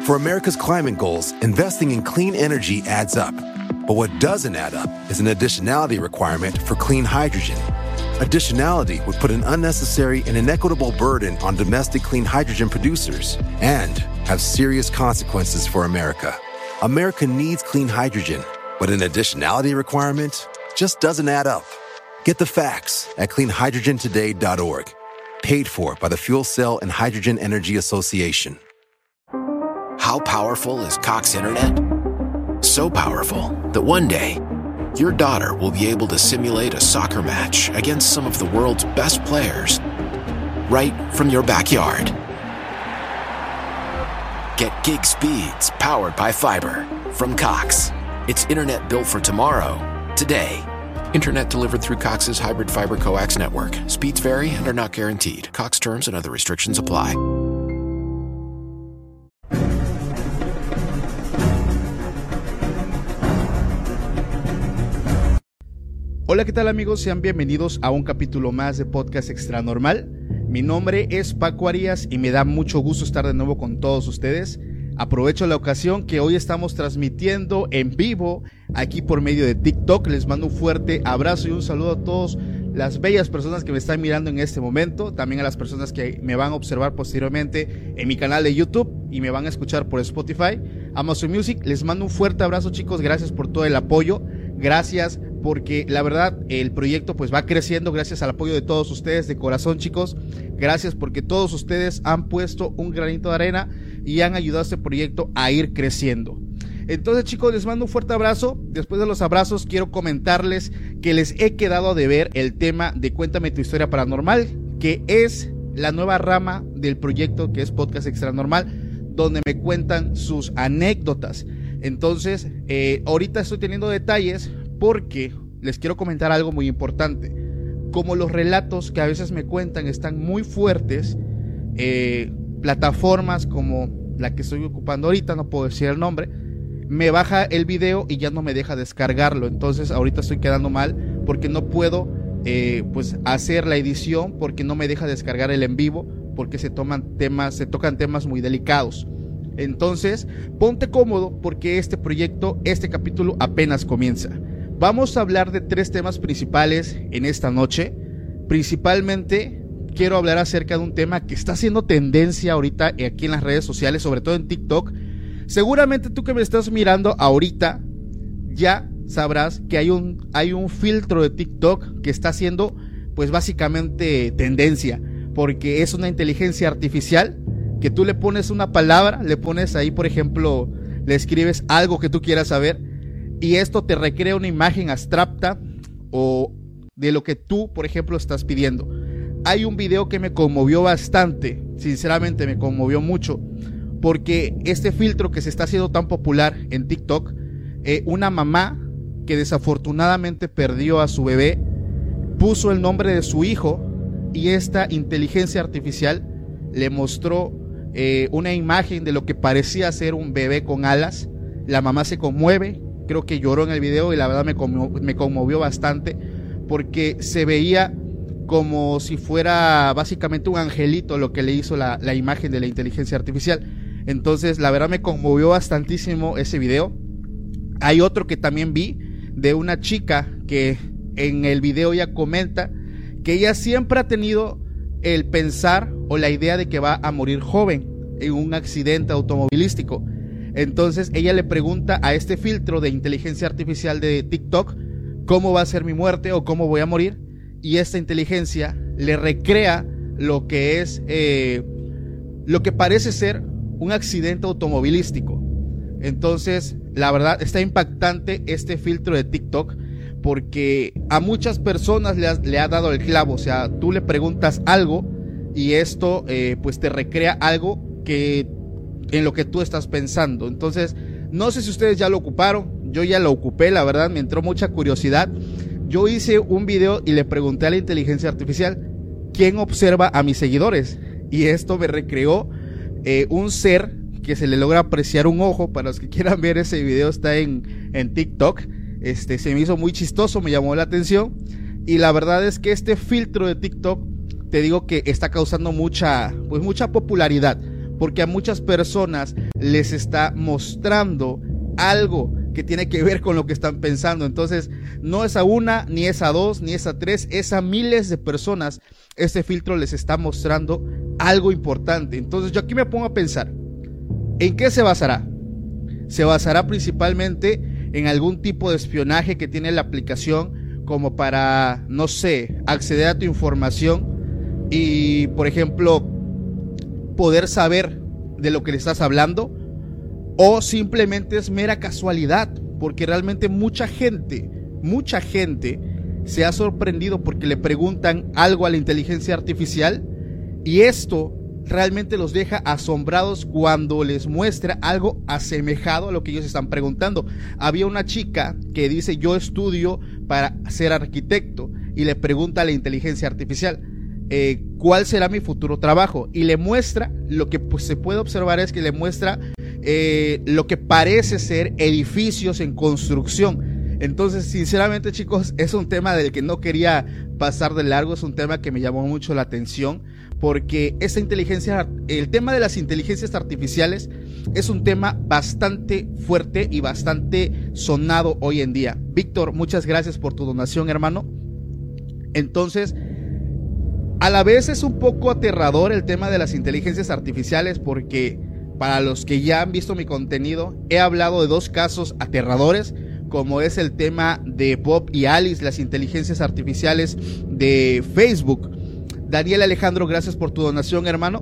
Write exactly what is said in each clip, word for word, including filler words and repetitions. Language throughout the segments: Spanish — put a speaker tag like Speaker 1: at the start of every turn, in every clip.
Speaker 1: For America's climate goals, investing in clean energy adds up. But what doesn't add up is an additionality requirement for clean hydrogen. Additionality would put an unnecessary and inequitable burden on domestic clean hydrogen producers and have serious consequences for America. America needs clean hydrogen, but an additionality requirement just doesn't add up. Get the facts at clean hydrogen today dot org. Paid for by the Fuel Cell and Hydrogen Energy Association.
Speaker 2: How powerful is Cox Internet? So powerful that one day, your daughter will be able to simulate a soccer match against some of the world's best players right from your backyard. Get gig speeds powered by fiber from Cox. It's internet built for tomorrow, today. Internet delivered through Cox's hybrid fiber coax network. Speeds vary and are not guaranteed. Cox terms and other restrictions apply.
Speaker 3: Hola, ¿qué tal amigos? Sean bienvenidos a un capítulo más de Podcast Extra Normal. Mi nombre es Paco Arias y me da mucho gusto estar de nuevo con todos ustedes. Aprovecho la ocasión que hoy estamos transmitiendo en vivo aquí por medio de TikTok. Les mando un fuerte abrazo y un saludo a todas las bellas personas que me están mirando en este momento. También a las personas que me van a observar posteriormente en mi canal de YouTube y me van a escuchar por Spotify, Amazon Music. Les mando un fuerte abrazo, chicos. Gracias por todo el apoyo. Gracias porque la verdad el proyecto pues va creciendo gracias al apoyo de todos ustedes, de corazón, chicos. Gracias porque todos ustedes han puesto un granito de arena y han ayudado a este proyecto a ir creciendo. Entonces, chicos, les mando un fuerte abrazo. Después de los abrazos quiero comentarles que les he quedado de ver el tema de Cuéntame tu historia paranormal, que es la nueva rama del proyecto que es Podcast Extra Normal, donde me cuentan sus anécdotas. Entonces, eh, ahorita estoy teniendo detalles porque les quiero comentar algo muy importante. Como los relatos que a veces me cuentan están muy fuertes, eh, plataformas como la que estoy ocupando ahorita, no puedo decir el nombre, me baja el video y ya no me deja descargarlo. Entonces ahorita estoy quedando mal porque no puedo eh, pues hacer la edición, porque no me deja descargar el en vivo, porque se toman temas, se tocan temas muy delicados. Entonces ponte cómodo porque este proyecto, este capítulo apenas comienza. Vamos a hablar de tres temas principales en esta noche. Principalmente quiero hablar acerca de un tema que está haciendo tendencia ahorita aquí en las redes sociales, sobre todo en TikTok. Seguramente tú que me estás mirando ahorita ya sabrás que hay un, hay un filtro de TikTok que está haciendo pues básicamente tendencia, porque es una inteligencia artificial que tú le pones una palabra, le pones ahí, por ejemplo, le escribes algo que tú quieras saber y esto te recrea una imagen abstracta o de lo que tú, por ejemplo, estás pidiendo. Hay un video que me conmovió bastante, sinceramente me conmovió mucho, porque este filtro que se está haciendo tan popular en TikTok, eh, una mamá que desafortunadamente perdió a su bebé, puso el nombre de su hijo y esta inteligencia artificial le mostró eh, una imagen de lo que parecía ser un bebé con alas. La mamá se conmueve, creo que lloró en el video y la verdad me, conmo- me conmovió bastante porque se veía como si fuera básicamente un angelito lo que le hizo la, la imagen de la inteligencia artificial. Entonces la verdad me conmovió bastantísimo ese video. Hay otro que también vi de una chica que en el video ya comenta que ella siempre ha tenido el pensar o la idea de que va a morir joven en un accidente automovilístico. Entonces ella le pregunta a este filtro de inteligencia artificial de TikTok cómo va a ser mi muerte o cómo voy a morir, y esta inteligencia le recrea lo que es eh, lo que parece ser un accidente automovilístico. Entonces la verdad está impactante este filtro de TikTok porque a muchas personas le ha, le ha dado el clavo. O sea, tú le preguntas algo y esto eh, pues te recrea algo que en lo que tú estás pensando. Entonces no sé si ustedes ya lo ocuparon, yo ya lo ocupé, la verdad me entró mucha curiosidad. Yo hice un video y le pregunté a la inteligencia artificial ¿quién observa a mis seguidores? Y esto me recreó eh, un ser que se le logra apreciar un ojo. Para los que quieran ver ese video, está en, en TikTok. Este, se me hizo muy chistoso, me llamó la atención. Y la verdad es que este filtro de TikTok, te digo que está causando mucha, pues mucha popularidad. porque a muchas personas les está mostrando algo que tiene que ver con lo que están pensando. Entonces no es a una, ni es a dos, ni es a tres, es a miles de personas. Este filtro les está mostrando algo importante. Entonces yo aquí me pongo a pensar, ¿en qué se basará? Se basará principalmente en algún tipo de espionaje que tiene la aplicación, como para, no sé, acceder a tu información y, por ejemplo, poder saber de lo que le estás hablando, o simplemente es mera casualidad, porque realmente mucha gente, mucha gente se ha sorprendido porque le preguntan algo a la inteligencia artificial y esto realmente los deja asombrados cuando les muestra algo asemejado a lo que ellos están preguntando. Había una chica que dice: yo estudio para ser arquitecto, y le pregunta a la inteligencia artificial eh, ¿cuál será mi futuro trabajo? Y le muestra, lo que pues se puede observar es que le muestra eh, lo que parece ser edificios en construcción. Entonces, sinceramente, chicos, es un tema del que no quería pasar de largo, es un tema que me llamó mucho la atención, porque esta inteligencia, el tema de las inteligencias artificiales es un tema bastante fuerte y bastante sonado hoy en día. Víctor, muchas gracias por tu donación, hermano. Entonces, a la vez es un poco aterrador el tema de las inteligencias artificiales, porque para los que ya han visto mi contenido, he hablado de dos casos aterradores, como es el tema de Bob y Alice, las inteligencias artificiales de Facebook. Daniel Alejandro, gracias por tu donación, hermano.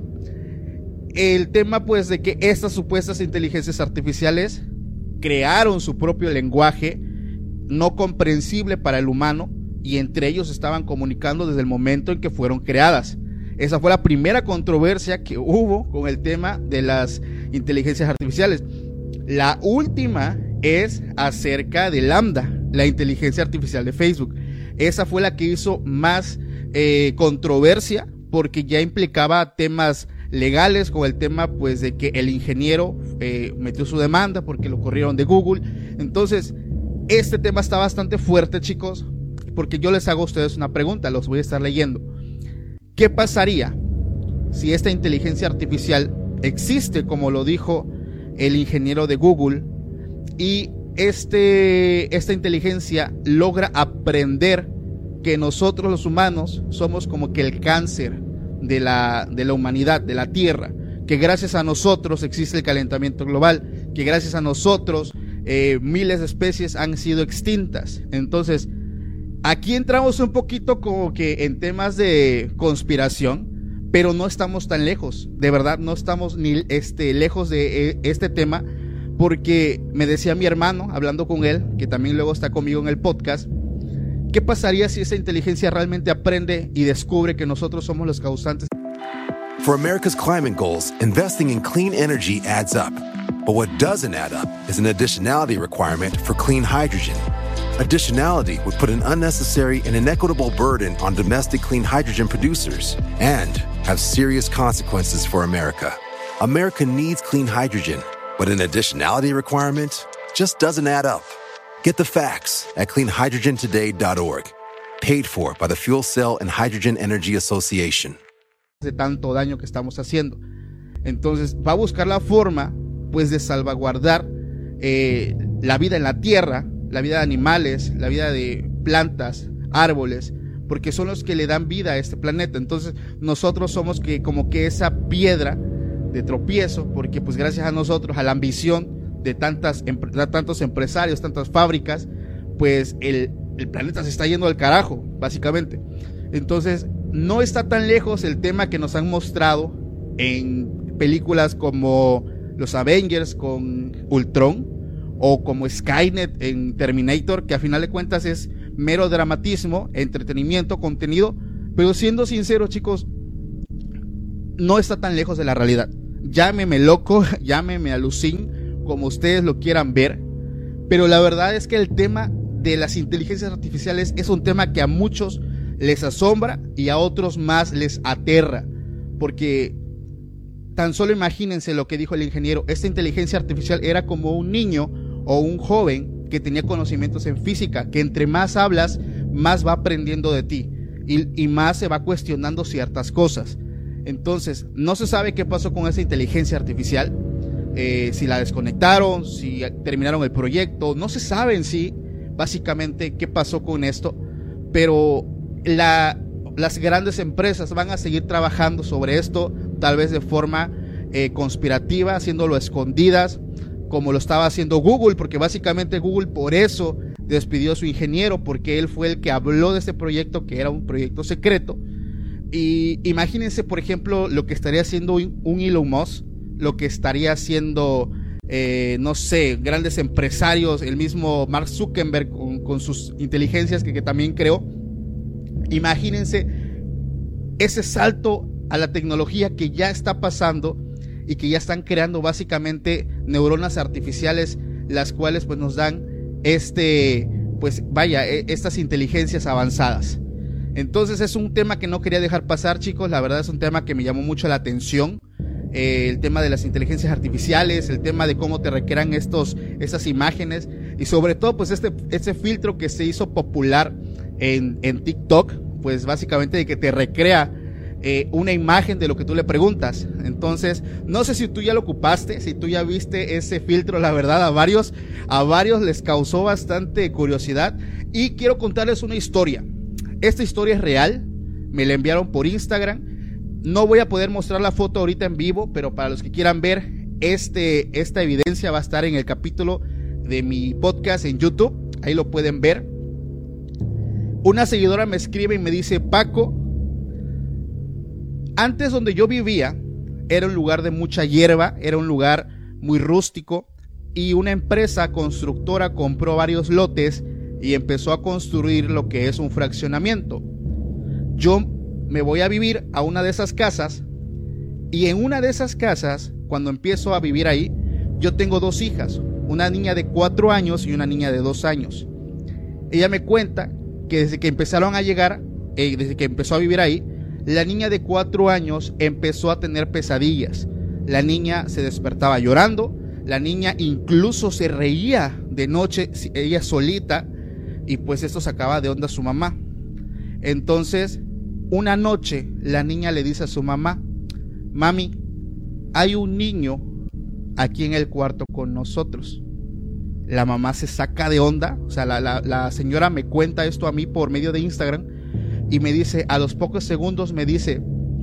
Speaker 3: El tema pues de que estas supuestas inteligencias artificiales crearon su propio lenguaje no comprensible para el humano, y entre ellos estaban comunicando desde el momento en que fueron creadas. Esa fue la primera controversia que hubo con el tema de las inteligencias artificiales. La última es acerca de Lambda, la inteligencia artificial de Facebook. Esa fue la que hizo más eh, controversia, porque ya implicaba temas legales, con el tema pues de que el ingeniero eh, metió su demanda porque lo corrieron de Google. Entonces este tema está bastante fuerte, chicos, porque yo les hago a ustedes una pregunta, los voy a estar leyendo. ¿Qué pasaría si esta inteligencia artificial existe, como lo dijo el ingeniero de Google, y este, esta inteligencia logra aprender que nosotros los humanos somos como que el cáncer de la, de la humanidad, de la Tierra, que gracias a nosotros existe el calentamiento global, que gracias a nosotros eh, miles de especies han sido extintas? Entonces, aquí entramos un poquito como que en temas de conspiración, pero no estamos tan lejos, de verdad no estamos ni este, lejos de eh, este tema, porque me decía mi hermano, hablando con él, que también luego está conmigo en el podcast, ¿qué pasaría si esa inteligencia realmente aprende y descubre que nosotros somos los causantes?
Speaker 1: For America's climate goals, investing in clean energy adds up. But what doesn't add up is an additionality requirement for clean hydrogen. Additionality would put an unnecessary and inequitable burden on domestic clean hydrogen producers and have serious consequences for America. America needs clean hydrogen, but an additionality requirement just doesn't add up. Get the facts at clean hydrogen today dot org. Paid for by the Fuel Cell and Hydrogen Energy Association.
Speaker 3: De tanto daño que estamos haciendo. Entonces va a buscar la forma pues de salvaguardar eh, la vida en la tierra, la vida de animales, la vida de plantas, árboles, porque son los que le dan vida a este planeta. Entonces nosotros somos que como que esa piedra de tropiezo, porque pues gracias a nosotros, a la ambición de tantas de tantos empresarios, tantas fábricas, pues el, el planeta se está yendo al carajo, básicamente. Entonces no está tan lejos el tema que nos han mostrado en películas como los Avengers con Ultron, o como Skynet en Terminator, que a final de cuentas es mero dramatismo, entretenimiento, contenido, pero siendo sincero, chicos, no está tan lejos de la realidad. Llámeme loco, llámeme alucin, como ustedes lo quieran ver, pero la verdad es que el tema de las inteligencias artificiales es un tema que a muchos les asombra y a otros más les aterra, porque tan solo imagínense lo que dijo el ingeniero. Esta inteligencia artificial era como un niño o un joven que tenía conocimientos en física, que entre más hablas, más va aprendiendo de ti y, y más se va cuestionando ciertas cosas. Entonces, no se sabe qué pasó con esa inteligencia artificial, eh, si la desconectaron, si terminaron el proyecto, no se sabe en sí, básicamente, qué pasó con esto, pero la, las grandes empresas van a seguir trabajando sobre esto, tal vez de forma eh, conspirativa, haciéndolo a escondidas, como lo estaba haciendo Google, porque básicamente Google por eso despidió a su ingeniero, porque él fue el que habló de este proyecto, que era un proyecto secreto. Y imagínense, por ejemplo, lo que estaría haciendo un Elon Musk, lo que estaría haciendo, eh, no sé, grandes empresarios, el mismo Mark Zuckerberg con, con sus inteligencias que, que también creó. Imagínense ese salto a la tecnología que ya está pasando y que ya están creando básicamente neuronas artificiales, las cuales pues nos dan este, pues vaya, estas inteligencias avanzadas. Entonces es un tema que no quería dejar pasar, chicos. La verdad es un tema que me llamó mucho la atención, eh, el tema de las inteligencias artificiales, el tema de cómo te recrean estos, estas imágenes, y sobre todo pues este, este filtro que se hizo popular en, en TikTok, pues básicamente de que te recrea eh, una imagen de lo que tú le preguntas. Entonces no sé si tú ya lo ocupaste, si tú ya viste ese filtro. La verdad a varios, a varios les causó bastante curiosidad, y quiero contarles una historia. Esta historia es real, me la enviaron por Instagram. No voy a poder mostrar la foto ahorita en vivo, pero para los que quieran ver este, esta evidencia va a estar en el capítulo de mi podcast en YouTube, ahí lo pueden ver. Una seguidora me escribe y me dice: Paco, antes donde yo vivía era un lugar de mucha hierba, era un lugar muy rústico, y una empresa constructora compró varios lotes y empezó a construir lo que es un fraccionamiento. Yo me voy a vivir a una de esas casas, y en una de esas casas, cuando empiezo a vivir ahí, yo tengo dos hijas, una niña de cuatro años y una niña de dos años. Ella me cuenta que desde que empezaron a llegar, eh, desde que empezó a vivir ahí, la niña de cuatro años empezó a tener pesadillas. La niña se despertaba llorando, la niña incluso se reía de noche, ella solita, y pues esto sacaba de onda a su mamá. Entonces, una noche la niña le dice a su mamá: mami, hay un niño aquí en el cuarto con nosotros. La mamá se saca de onda, o sea, la, la, la señora me cuenta esto a mí por medio de Instagram, y me dice, a los pocos segundos me dice,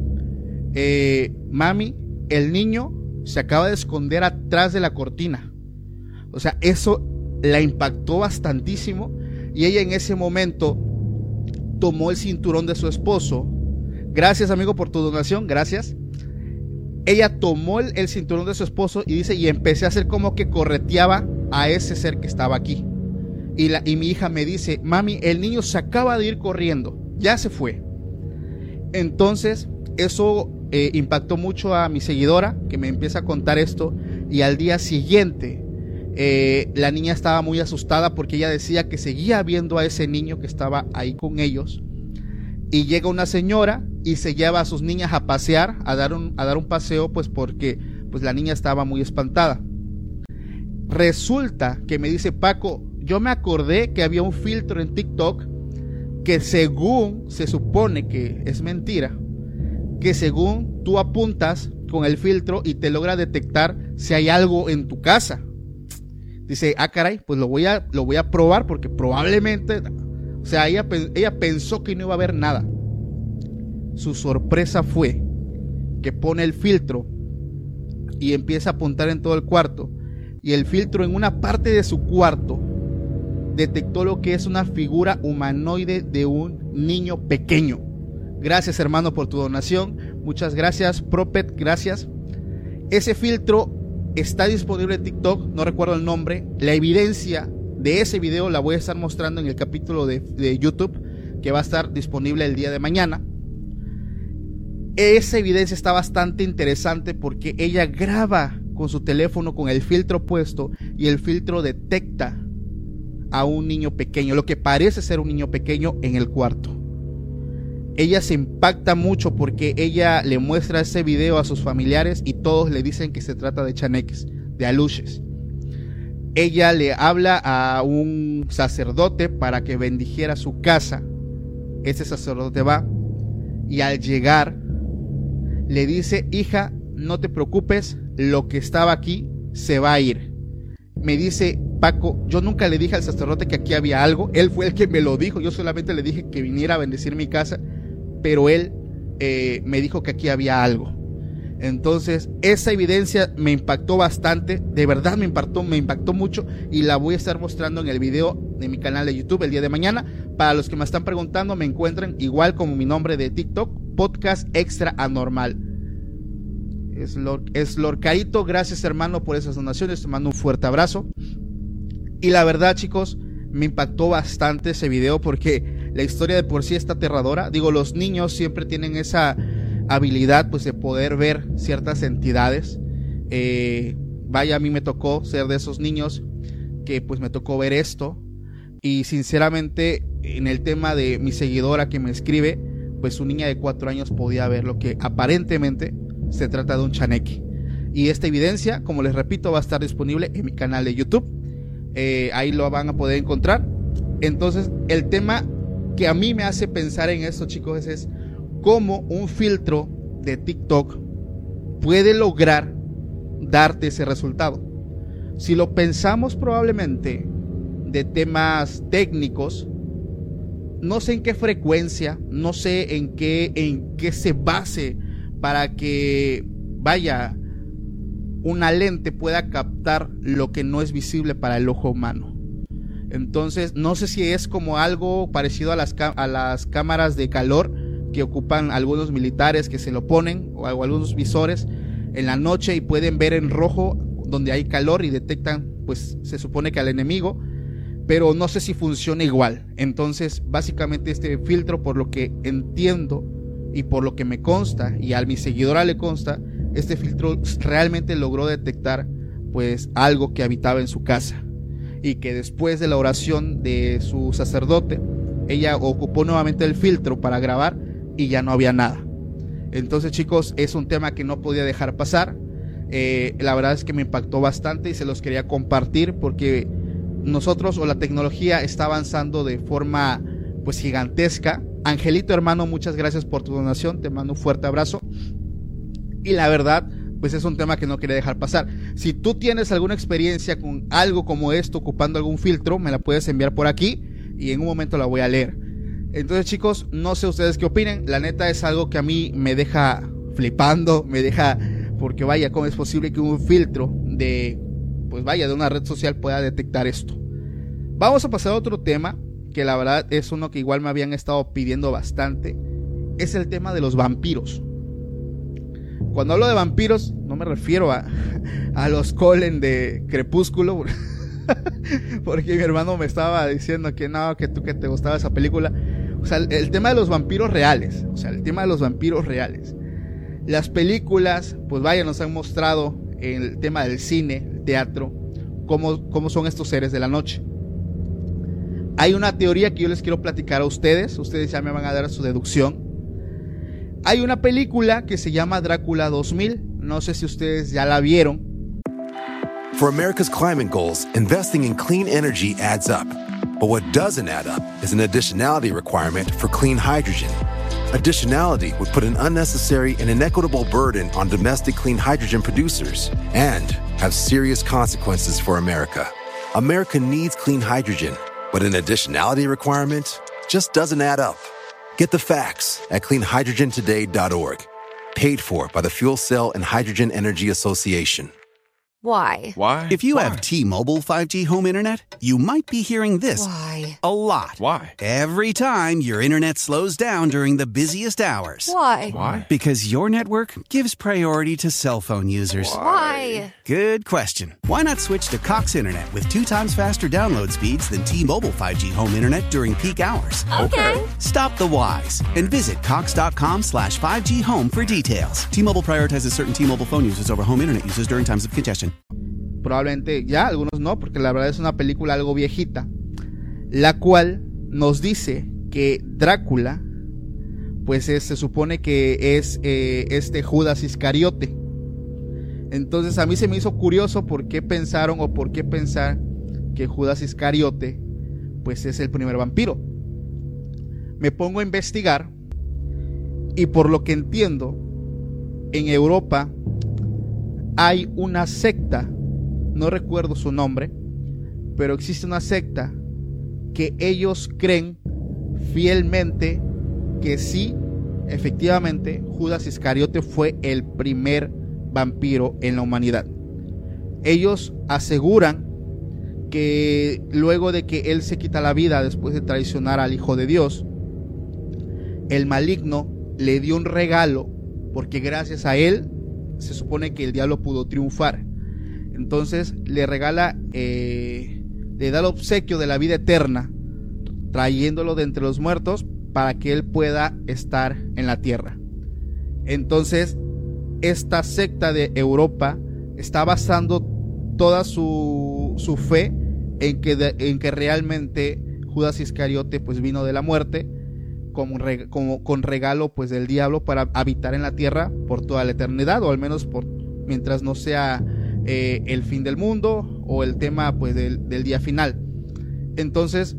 Speaker 3: eh, mami, el niño se acaba de esconder atrás de la cortina. O sea, eso la impactó bastantísimo, y ella en ese momento tomó el cinturón de su esposo. Gracias, amigo, por tu donación, gracias. Ella tomó el, el cinturón de su esposo y dice, y empecé a hacer como que correteaba a ese ser que estaba aquí. Y, la, y mi hija me dice, mami, el niño se acaba de ir corriendo, ya se fue. Entonces eso eh, impactó mucho a mi seguidora, que me empieza a contar esto, y al día siguiente eh, la niña estaba muy asustada porque ella decía que seguía viendo a ese niño que estaba ahí con ellos. Y llega una señora y se lleva a sus niñas a pasear, a dar un, a dar un paseo, pues porque pues la niña estaba muy espantada. Resulta que me dice, Paco, yo me acordé que había un filtro en TikTok que según se supone que es mentira, que según tú apuntas con el filtro y te logra detectar si hay algo en tu casa. Dice, ah caray, pues lo voy a, lo voy a probar porque probablemente, o sea, ella, ella pensó que no iba a haber nada. Su sorpresa fue que pone el filtro y empieza a apuntar en todo el cuarto, y el filtro en una parte de su cuarto detectó lo que es una figura humanoide de un niño pequeño. Gracias, hermano, por tu donación. Muchas gracias, Propet, gracias. Ese filtro está disponible en TikTok, no recuerdo el nombre. La evidencia de ese video la voy a estar mostrando en el capítulo de, de YouTube, que va a estar disponible el día de mañana. Esa evidencia está bastante interesante porque ella graba con su teléfono con el filtro puesto, y el filtro detecta a un niño pequeño, lo que parece ser un niño pequeño en el cuarto. Ella se impacta mucho porque ella le muestra ese video a sus familiares y todos le dicen que se trata de chaneques, de aluches. Ella le habla a un sacerdote para que bendijera su casa. Ese sacerdote va, y al llegar le dice: hija, no te preocupes, lo que estaba aquí se va a ir. Me dice Paco: yo nunca le dije al sacerdote que aquí había algo, él fue el que me lo dijo, yo solamente le dije que viniera a bendecir mi casa, pero él eh, me dijo que aquí había algo. Entonces esa evidencia me impactó bastante, de verdad me impactó, me impactó mucho, y la voy a estar mostrando en el video de mi canal de YouTube el día de mañana. Para los que me están preguntando, me encuentran igual como mi nombre de TikTok, Podcast Extra Anormal. Es Lord, es Lord Carito, gracias hermano por esas donaciones, te mando un fuerte abrazo. Y la verdad, chicos, me impactó bastante ese video porque la historia de por sí está aterradora. Digo, los niños siempre tienen esa habilidad pues de poder ver ciertas entidades. Eh, vaya, a mí me tocó ser de esos niños que pues me tocó ver esto. Y sinceramente, en el tema de mi seguidora que me escribe, pues su niña de cuatro años podía ver lo que aparentemente se trata de un chaneque. Y esta evidencia, como les repito, va a estar disponible en mi canal de YouTube. Eh, ahí lo van a poder encontrar. Entonces, el tema que a mí me hace pensar en esto, chicos, es, es cómo un filtro de TikTok puede lograr darte ese resultado. Si lo pensamos probablemente de temas técnicos, no sé en qué frecuencia, no sé en qué, en qué se base para que, vaya, una lente pueda captar lo que no es visible para el ojo humano. Entonces, no sé si es como algo parecido a las, a las cámaras de calor que ocupan algunos militares que se lo ponen, o, o algunos visores en la noche y pueden ver en rojo donde hay calor y detectan, pues se supone que al enemigo, pero no sé si funciona igual. Entonces, básicamente este filtro, por lo que entiendo y por lo que me consta y a mi seguidora le consta, este filtro realmente logró detectar pues algo que habitaba en su casa, y que después de la oración de su sacerdote, ella ocupó nuevamente el filtro para grabar y ya no había nada. Entonces, chicos, es un tema que no podía dejar pasar. Eh, la verdad es que me impactó bastante y se los quería compartir porque nosotros, o la tecnología, está avanzando de forma pues gigantesca. Angelito, hermano, muchas gracias por tu donación, te mando un fuerte abrazo. Y la verdad, pues es un tema que no quería dejar pasar. Si tú tienes alguna experiencia con algo como esto, ocupando algún filtro, me la puedes enviar por aquí y en un momento la voy a leer. Entonces, chicos, no sé ustedes qué opinen. La neta es algo que a mí me deja flipando, me deja, porque vaya, ¿cómo es posible que un filtro de, pues vaya, de una red social pueda detectar esto? Vamos a pasar a otro tema, que la verdad es uno que igual me habían estado pidiendo bastante. Es el tema de los vampiros. Cuando hablo de vampiros, no me refiero a, a los Cullen de Crepúsculo, porque mi hermano me estaba diciendo que no, que tú que te gustaba esa película. O sea, el, el tema de los vampiros reales, o sea, el tema de los vampiros reales. Las películas, pues vaya, nos han mostrado en el tema del cine, el teatro, cómo, cómo son estos seres de la noche. Hay una teoría que yo les quiero platicar a ustedes, ustedes ya me van a dar su deducción. Hay una película que se llama Drácula dos mil, no sé si ustedes ya la vieron.
Speaker 1: For America's climate goals, investing in clean energy adds up. But what doesn't add up is an additionality requirement for clean hydrogen. Additionality would put an unnecessary and inequitable burden on domestic clean hydrogen producers and have serious consequences for America. America needs clean hydrogen, but an additionality requirement just doesn't add up. Get the facts at clean hydrogen today dot org. Paid for by the Fuel Cell and Hydrogen Energy Association.
Speaker 4: Why?
Speaker 5: Why?
Speaker 6: If you
Speaker 5: Why?
Speaker 6: have T-Mobile five G home internet, you might be hearing this
Speaker 4: Why?
Speaker 6: a lot.
Speaker 5: Why?
Speaker 6: Every time your internet slows down during the busiest hours.
Speaker 4: Why?
Speaker 5: Why?
Speaker 6: Because your network gives priority to cell phone users.
Speaker 4: Why?
Speaker 6: Good question. Why not switch to Cox Internet with two times faster download speeds than T-Mobile five G home internet during peak hours?
Speaker 4: Okay.
Speaker 6: Stop the whys and visit cox.com slash 5G home for details. T-Mobile prioritizes certain T-Mobile phone users over home internet users during times of congestion.
Speaker 3: Probablemente ya, algunos no, porque la verdad es una película algo viejita, la cual nos dice que Drácula, pues es, se supone que es eh, este Judas Iscariote. Entonces a mí se me hizo curioso por qué pensaron o por qué pensar que Judas Iscariote pues es el primer vampiro. Me pongo a investigar y por lo que entiendo, en Europa hay una secta, no recuerdo su nombre, pero existe una secta que ellos creen fielmente que sí, efectivamente, Judas Iscariote fue el primer vampiro en la humanidad. Ellos aseguran que luego de que él se quita la vida después de traicionar al Hijo de Dios, el maligno le dio un regalo, porque gracias a él se supone que el diablo pudo triunfar. Entonces le regala, eh, le da el obsequio de la vida eterna, trayéndolo de entre los muertos para que él pueda estar en la tierra. Entonces esta secta de Europa está basando toda su, su fe en que, de, en que realmente Judas Iscariote pues vino de la muerte como, como con regalo pues del diablo para habitar en la tierra por toda la eternidad, o al menos por mientras no sea eh, el fin del mundo o el tema pues del, del día final. Entonces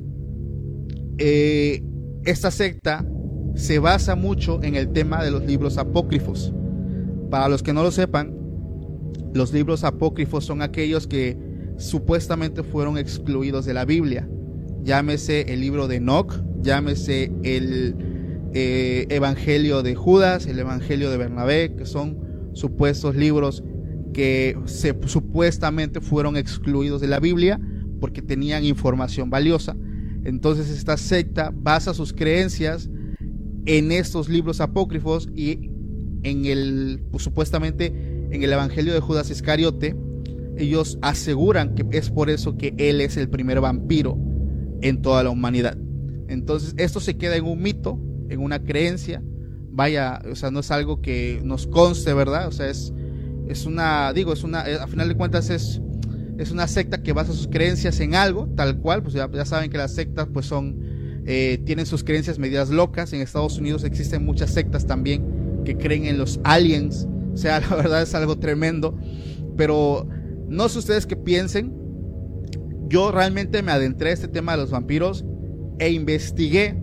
Speaker 3: eh, esta secta se basa mucho en el tema de los libros apócrifos. Para los que no lo sepan, los libros apócrifos son aquellos que supuestamente fueron excluidos de la Biblia. Llámese el libro de Enoc, llámese el eh, Evangelio de Judas, el Evangelio de Bernabé, que son supuestos libros que se, supuestamente fueron excluidos de la Biblia porque tenían información valiosa. Entonces esta secta basa sus creencias en estos libros apócrifos y en el, pues, supuestamente en el Evangelio de Judas Iscariote. Ellos aseguran que es por eso que él es el primer vampiro en toda la humanidad. Entonces esto se queda en un mito, en una creencia. Vaya, o sea, no es algo que nos conste, ¿verdad? O sea, es, es una, digo, es una, a final de cuentas es, es una secta que basa sus creencias en algo, tal cual. Pues ya, ya saben que las sectas pues son, eh, tienen sus creencias medidas locas. En Estados Unidos existen muchas sectas también que creen en los aliens. O sea, la verdad es algo tremendo. Pero no sé ustedes qué piensen. Yo realmente me adentré a este tema de los vampiros e investigué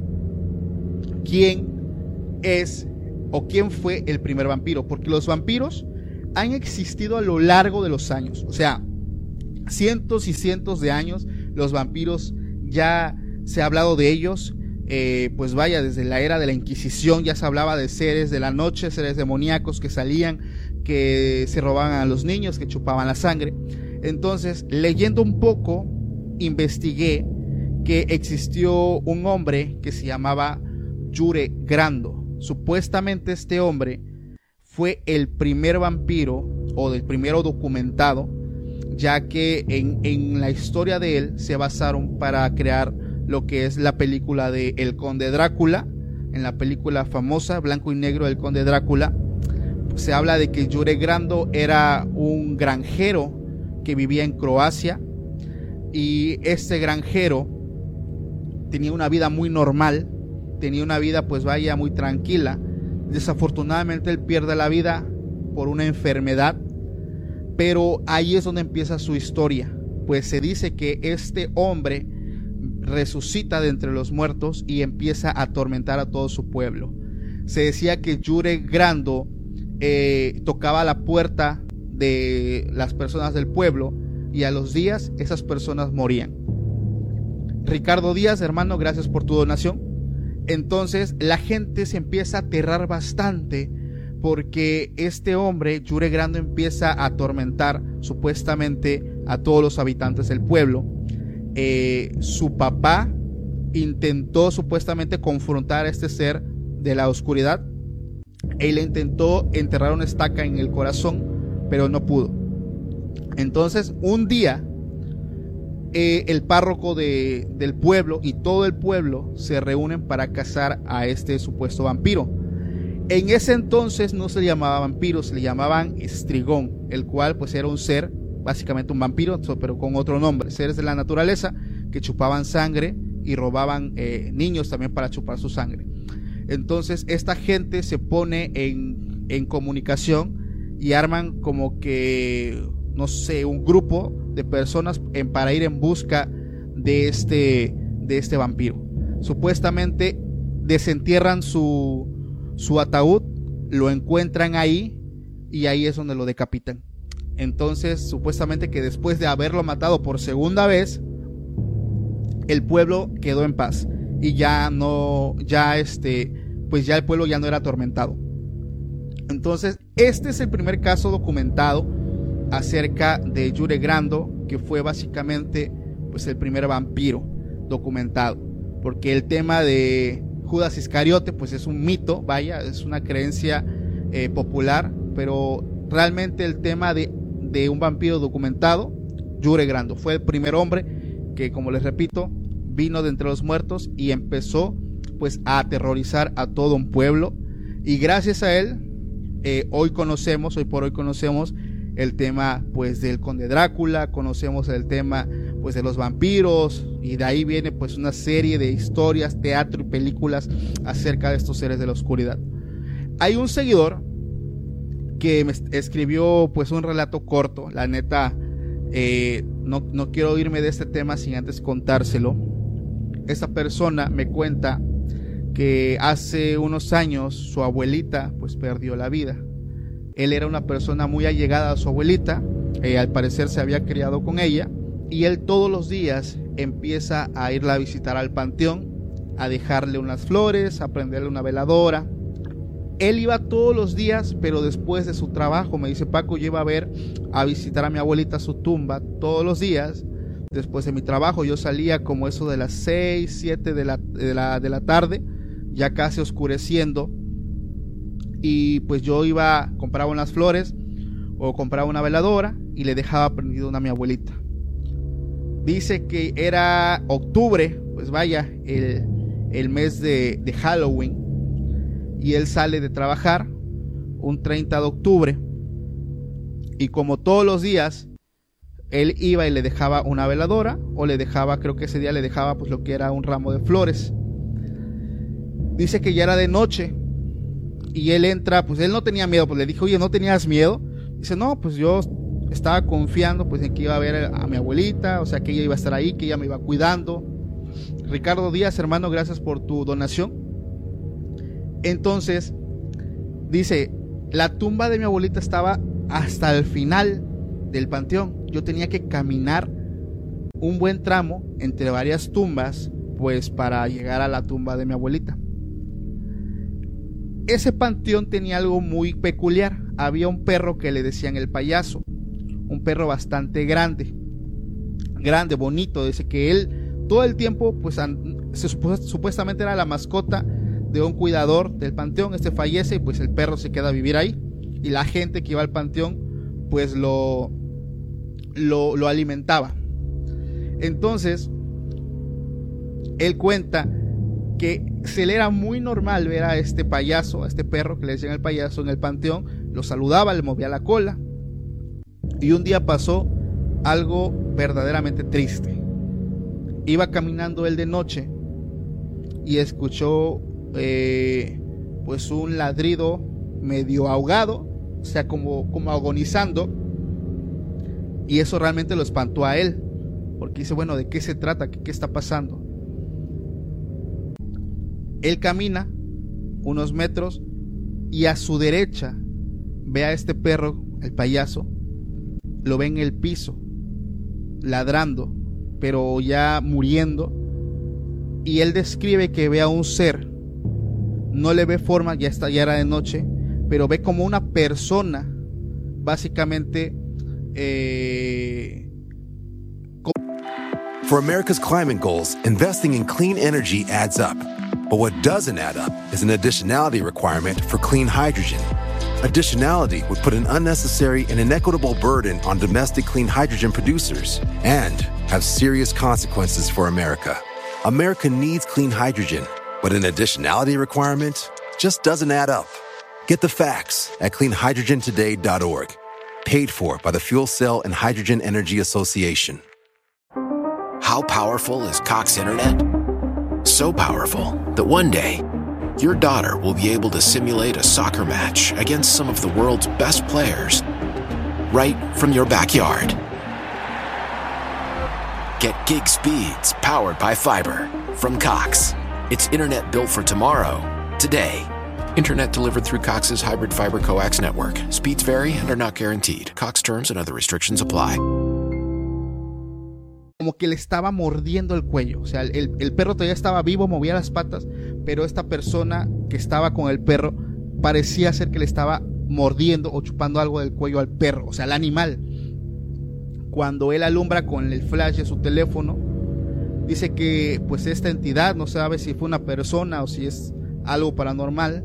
Speaker 3: quién es o quién fue el primer vampiro, porque los vampiros han existido a lo largo de los años. O sea, cientos y cientos de años los vampiros ya se ha hablado de ellos. Eh, pues vaya, desde la era de la Inquisición ya se hablaba de seres de la noche, seres demoníacos que salían, que se robaban a los niños, que chupaban la sangre. Entonces, leyendo un poco, investigué que existió un hombre que se llamaba Jure Grando. Supuestamente este hombre fue el primer vampiro, o del primero documentado, ya que en, en la historia de él se basaron para crear lo que es la película de El Conde Drácula. En la película famosa, blanco y negro, El Conde Drácula, se habla de que Jure Grando era un granjero que vivía en Croacia, y este granjero tenía una vida muy normal, tenía una vida pues vaya muy tranquila. Desafortunadamente él pierde la vida por una enfermedad, pero ahí es donde empieza su historia, pues se dice que este hombre resucita de entre los muertos y empieza a atormentar a todo su pueblo. Se decía que Jure Grando eh, tocaba la puerta de las personas del pueblo y a los días esas personas morían. Ricardo Díaz, hermano, gracias por tu donación. Entonces la gente se empieza a aterrar bastante porque este hombre, Jure Grando, empieza a atormentar supuestamente a todos los habitantes del pueblo. Eh, su papá intentó supuestamente confrontar a este ser de la oscuridad. Él intentó enterrar una estaca en el corazón, pero no pudo. Entonces un día eh, el párroco de, del pueblo y todo el pueblo se reúnen para cazar a este supuesto vampiro. En ese entonces no se le llamaba vampiro, se le llamaban estrigón, el cual pues era un ser, básicamente un vampiro, pero con otro nombre, seres de la naturaleza que chupaban sangre y robaban eh, niños también para chupar su sangre. Entonces esta gente se pone en, en comunicación y arman como que, no sé, un grupo de personas en, para ir en busca de este, de este vampiro. Supuestamente desentierran su, su ataúd, lo encuentran ahí y ahí es donde lo decapitan. Entonces, supuestamente que después de haberlo matado por segunda vez, el pueblo quedó en paz y ya no, ya este, pues ya el pueblo ya no era atormentado. Entonces, este es el primer caso documentado acerca de Jure Grando, que fue básicamente pues el primer vampiro documentado, porque el tema de Judas Iscariote pues es un mito, vaya, es una creencia eh, popular, pero realmente el tema de, de un vampiro documentado, Jure Grando fue el primer hombre que, como les repito, vino de entre los muertos y empezó pues a aterrorizar a todo un pueblo, y gracias a él eh, hoy conocemos, hoy por hoy conocemos el tema pues del Conde Drácula, conocemos el tema pues de los vampiros, y de ahí viene pues una serie de historias, teatro y películas acerca de estos seres de la oscuridad. Hay un seguidor que me escribió pues un relato corto, la neta eh, no, no quiero irme de este tema sin antes contárselo. Esta persona me cuenta que hace unos años su abuelita pues perdió la vida. Él era una persona muy allegada a su abuelita, eh, al parecer se había criado con ella, y él todos los días empieza a irla a visitar al panteón, a dejarle unas flores, a prenderle una veladora. Él iba todos los días, pero después de su trabajo, me dice Paco, yo iba a ver, a visitar a mi abuelita a su tumba todos los días. Después de mi trabajo yo salía como eso de las seis, siete de la, de la, de la tarde, ya casi oscureciendo, y pues yo iba, compraba unas flores o compraba una veladora y le dejaba prendido una a mi abuelita. Dice que era octubre, pues vaya, el, el mes de, de Halloween, y él sale de trabajar un treinta de octubre, y como todos los días él iba y le dejaba una veladora, o le dejaba, creo que ese día le dejaba pues lo que era un ramo de flores. Dice que ya era de noche y él entra, pues él no tenía miedo, pues le dijo, oye, ¿no tenías miedo? Dice, no, pues yo estaba confiando pues en que iba a ver a mi abuelita, o sea que ella iba a estar ahí, que ella me iba cuidando. Ricardo Díaz, hermano, gracias por tu donación. Entonces dice, la tumba de mi abuelita estaba hasta el final del panteón. Yo tenía que caminar un buen tramo entre varias tumbas pues para llegar a la tumba de mi abuelita. Ese panteón tenía algo muy peculiar. Había un perro que le decían el payaso, un perro bastante grande, grande, bonito. Dice que él todo el tiempo pues se, supuestamente era la mascota de un cuidador del panteón. Este fallece y pues el perro se queda a vivir ahí, y la gente que iba al panteón pues lo, lo, lo alimentaba. Entonces él cuenta que se le era muy normal ver a este payaso, a este perro que le decían el payaso, en el panteón. Lo saludaba, le movía la cola, y un día pasó algo verdaderamente triste. Iba caminando él de noche y escuchó eh, pues un ladrido medio ahogado, o sea como, como agonizando, y eso realmente lo espantó a él, porque dice, bueno, ¿de qué se trata? ¿Qué, qué está pasando? Él camina unos metros y a su derecha ve a este perro, el payaso, lo ve en el piso, ladrando, pero ya muriendo, y él describe que ve a un ser, no le ve forma, ya está, ya era de noche, pero ve como una persona, básicamente, eh,
Speaker 1: For America's climate goals, investing in clean energy adds up. But what doesn't add up is an additionality requirement for clean hydrogen. Additionality would put an unnecessary and inequitable burden on domestic clean hydrogen producers and have serious consequences for America. America needs clean hydrogen, but an additionality requirement just doesn't add up. Get the facts at clean hydrogen today dot org. Paid for by the Fuel Cell and Hydrogen Energy Association.
Speaker 2: How powerful is Cox Internet? So powerful that one day, your daughter will be able to simulate a soccer match against some of the world's best players right from your backyard. Get gig speeds powered by fiber from Cox. It's internet built for tomorrow, today. Internet delivered through Cox's hybrid fiber coax network. Speeds vary and are not guaranteed. Cox terms and other restrictions apply.
Speaker 3: Como que le estaba mordiendo el cuello. O sea, el, el perro todavía estaba vivo, movía las patas, pero esta persona que estaba con el perro parecía ser que le estaba mordiendo o chupando algo del cuello al perro, o sea, al animal. Cuando él alumbra con el flash de su teléfono, dice que pues esta entidad, no sabe si fue una persona o si es algo paranormal,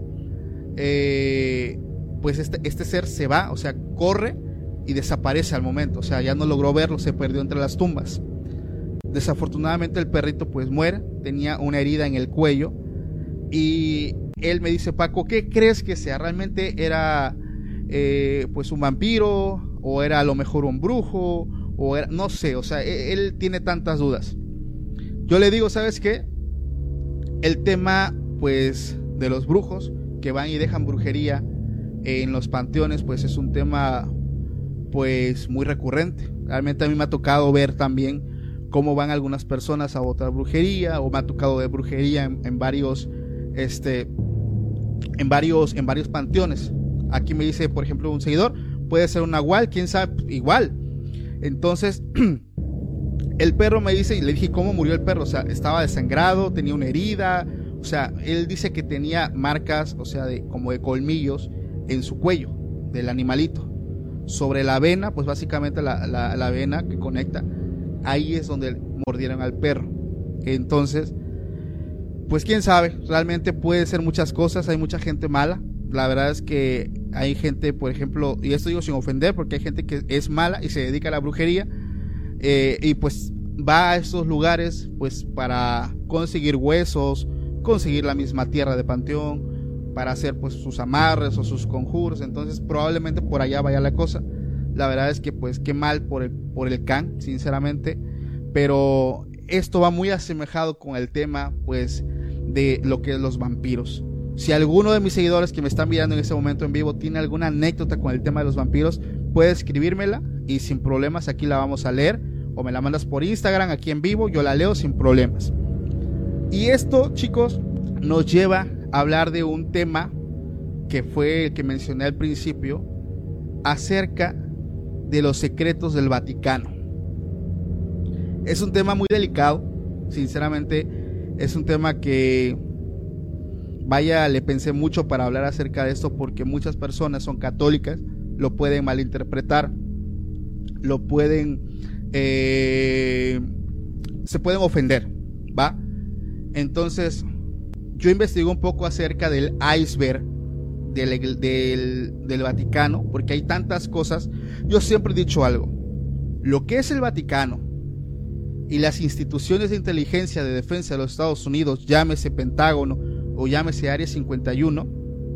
Speaker 3: eh, pues este, este ser se va, o sea, corre y desaparece al momento, o sea, ya no logró verlo, se perdió entre las tumbas. Desafortunadamente el perrito pues muere, tenía una herida en el cuello y él me dice: Paco, ¿qué crees que sea? ¿Realmente era eh, pues un vampiro o era a lo mejor un brujo o era, no sé, o sea, él, él tiene tantas dudas. Yo le digo, ¿sabes qué? El tema pues de los brujos que van y dejan brujería en los panteones pues es un tema pues muy recurrente. Realmente a mí me ha tocado ver también cómo van algunas personas a botar brujería, o me ha tocado ver brujería en, en varios este en varios en varios panteones. Aquí me dice, por ejemplo, un seguidor, puede ser un nahual, quién sabe, igual. Entonces el perro me dice, y le dije cómo murió el perro, o sea, estaba desangrado, tenía una herida, o sea, él dice que tenía marcas, o sea, de como de colmillos en su cuello del animalito. Sobre la vena, pues básicamente la, la, la vena que conecta, ahí es donde mordieron al perro. Entonces, pues quién sabe, realmente puede ser muchas cosas, hay mucha gente mala. La verdad es que hay gente, por ejemplo, y esto digo sin ofender, porque hay gente que es mala y se dedica a la brujería, eh, y pues va a estos lugares pues para conseguir huesos, conseguir la misma tierra de panteón, para hacer pues sus amarres o sus conjuros. Entonces probablemente por allá vaya la cosa. La verdad es que pues qué mal por el, por el can, sinceramente, pero esto va muy asemejado con el tema pues de lo que es los vampiros. Si alguno de mis seguidores que me están mirando en este momento en vivo tiene alguna anécdota con el tema de los vampiros, puede escribírmela y sin problemas aquí la vamos a leer, o me la mandas por Instagram aquí en vivo, yo la leo sin problemas. Y esto, chicos, nos lleva a hablar de un tema que fue el que mencioné al principio, acerca de los secretos del Vaticano. Es un tema muy delicado, sinceramente es un tema que vaya, le pensé mucho para hablar acerca de esto, porque muchas personas son católicas, lo pueden malinterpretar, lo pueden eh, se pueden ofender, ¿va? Entonces yo investigué un poco acerca del iceberg del, del, del Vaticano, porque hay tantas cosas. Yo siempre he dicho algo: lo que es el Vaticano y las instituciones de inteligencia de defensa de los Estados Unidos, llámese Pentágono o llámese Área cincuenta y uno,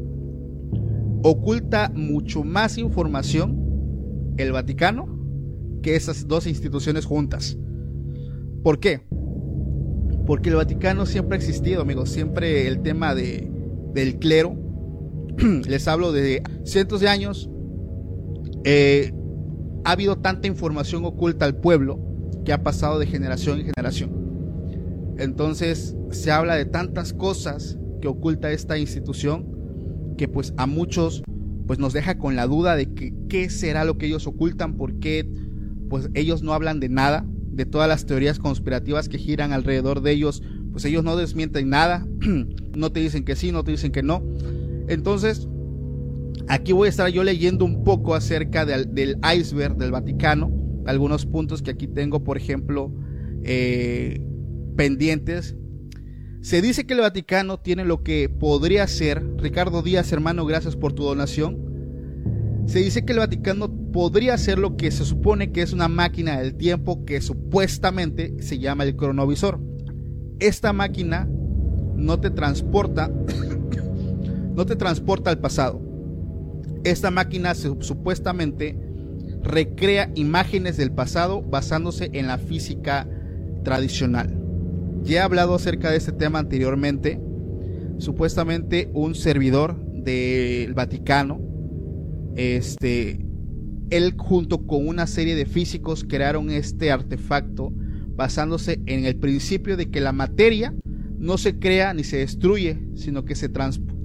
Speaker 3: oculta mucho más información el Vaticano que esas dos instituciones juntas. ¿Por qué? Porque el Vaticano siempre ha existido, amigos. Siempre el tema de, del clero, les hablo de cientos de años, eh, ha habido tanta información oculta al pueblo que ha pasado de generación en generación. Entonces se habla de tantas cosas que oculta esta institución, que pues a muchos pues nos deja con la duda de que qué será lo que ellos ocultan, porque pues ellos no hablan de nada, de todas las teorías conspirativas que giran alrededor de ellos, pues ellos no desmienten nada, no te dicen que sí, no te dicen que no. Entonces aquí voy a estar yo leyendo un poco acerca de, del iceberg del Vaticano, algunos puntos que aquí tengo, por ejemplo, eh, pendientes. Se dice que el Vaticano tiene lo que podría ser, Ricardo Díaz, hermano, gracias por tu donación. Se dice que el Vaticano podría ser lo que se supone que es una máquina del tiempo, que supuestamente se llama el cronovisor. Esta máquina no te transporta no te transporta al pasado. Esta máquina se, supuestamente recrea imágenes del pasado basándose en la física tradicional. Ya he hablado acerca de este tema anteriormente. Supuestamente un servidor del Vaticano, este, él junto con una serie de físicos crearon este artefacto basándose en el principio de que la materia no se crea ni se destruye, sino que se, trans,